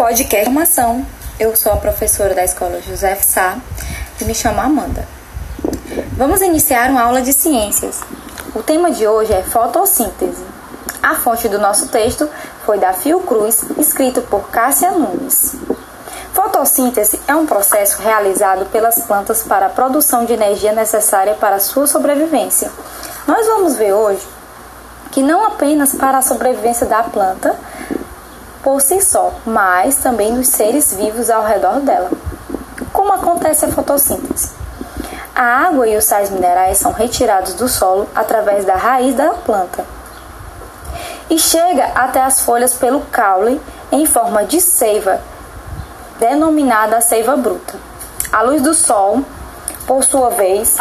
podcast Formação. Eu sou a professora da Escola José Sá e me chamo Amanda. Vamos iniciar uma aula de ciências. O tema de hoje é fotossíntese. A fonte do nosso texto foi da Fiocruz, escrito por Cássia Nunes. Fotossíntese é um processo realizado pelas plantas para a produção de energia necessária para a sua sobrevivência. Nós vamos ver hoje que não apenas para a sobrevivência da planta por si só, mas também dos seres vivos ao redor dela. Como acontece a fotossíntese? A água e os sais minerais são retirados do solo através da raiz da planta e chega até as folhas pelo caule em forma de seiva, denominada seiva bruta. A luz do sol, por sua vez,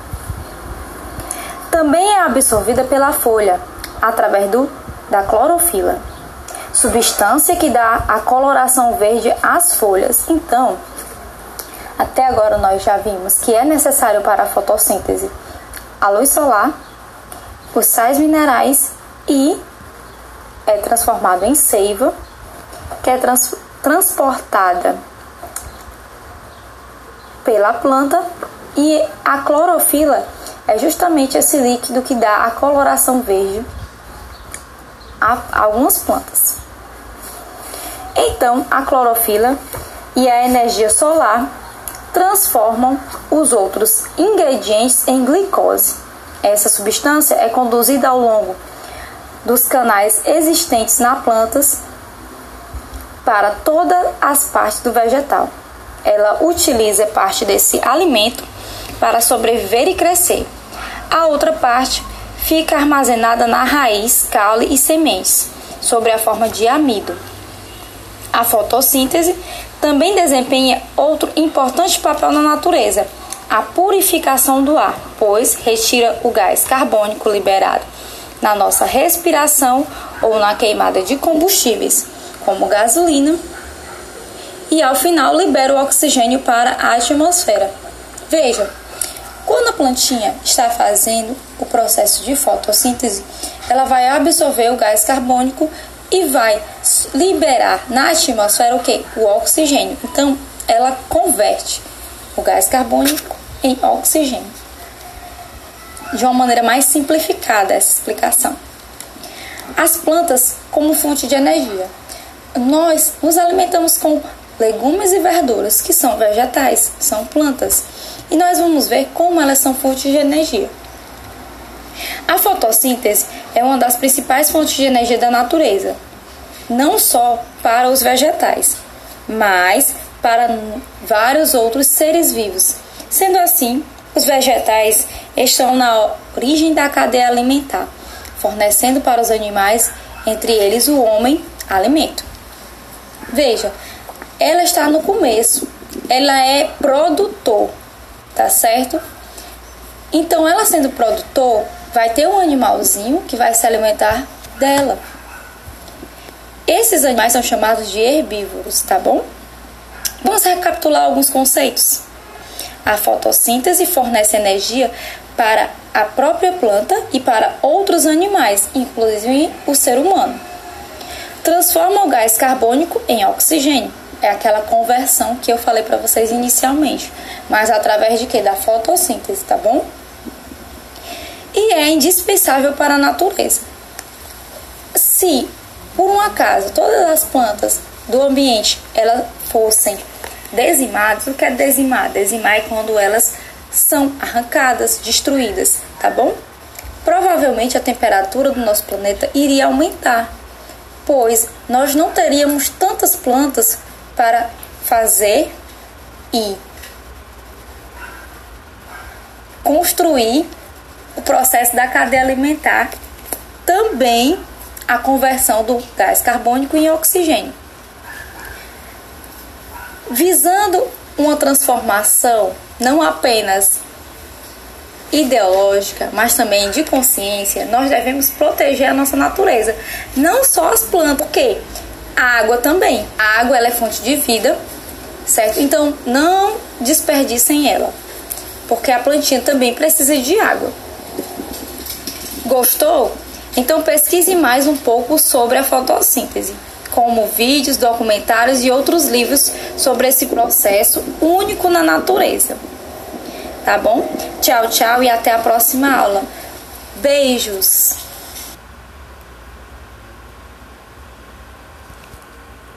também é absorvida pela folha através da clorofila, substância que dá a coloração verde às folhas. Então, até agora nós já vimos que é necessário para a fotossíntese a luz solar, os sais minerais e é transformado em seiva, que é transportada pela planta, e a clorofila é justamente esse líquido que dá a coloração verde a algumas plantas. Então, a clorofila e a energia solar transformam os outros ingredientes em glicose. Essa substância é conduzida ao longo dos canais existentes nas plantas para todas as partes do vegetal. Ela utiliza parte desse alimento para sobreviver e crescer. A outra parte fica armazenada na raiz, caule e sementes, sob a forma de amido. A fotossíntese também desempenha outro importante papel na natureza, a purificação do ar, pois retira o gás carbônico liberado na nossa respiração ou na queimada de combustíveis, como gasolina, e ao final libera o oxigênio para a atmosfera. Veja, quando a plantinha está fazendo o processo de fotossíntese, ela vai absorver o gás carbônico e vai liberar na atmosfera o quê? O oxigênio. Então, ela converte o gás carbônico em oxigênio. De uma maneira mais simplificada essa explicação. As plantas como fonte de energia. Nós nos alimentamos com legumes e verduras, que são vegetais, são plantas. E nós vamos ver como elas são fontes de energia. A fotossíntese é uma das principais fontes de energia da natureza, não só para os vegetais, mas para vários outros seres vivos. Sendo assim, os vegetais estão na origem da cadeia alimentar, fornecendo para os animais, entre eles o homem, alimento. Veja, ela está no começo, ela é produtor, tá certo? Então, ela sendo produtor, vai ter um animalzinho que vai se alimentar dela. Esses animais são chamados de herbívoros, tá bom? Vamos recapitular alguns conceitos. A fotossíntese fornece energia para a própria planta e para outros animais, inclusive o ser humano. Transforma o gás carbônico em oxigênio. É aquela conversão que eu falei para vocês inicialmente. Mas através de quê? Da fotossíntese, tá bom? E é indispensável para a natureza. Se, por um acaso, todas as plantas do ambiente elas fossem dizimadas, o que é dizimar? Dizimar é quando elas são arrancadas, destruídas, tá bom? Provavelmente a temperatura do nosso planeta iria aumentar, pois nós não teríamos tantas plantas para fazer e construir o processo da cadeia alimentar, também a conversão do gás carbônico em oxigênio. Visando uma transformação não apenas ideológica, mas também de consciência, nós devemos proteger a nossa natureza. Não só as plantas, porque a água também. A água ela é fonte de vida, certo? Então, não desperdicem ela, porque a plantinha também precisa de água. Gostou? Então, pesquise mais um pouco sobre a fotossíntese. como vídeos, documentários e outros livros sobre esse processo único na natureza. Tá bom? Tchau, tchau e até a próxima aula. Beijos!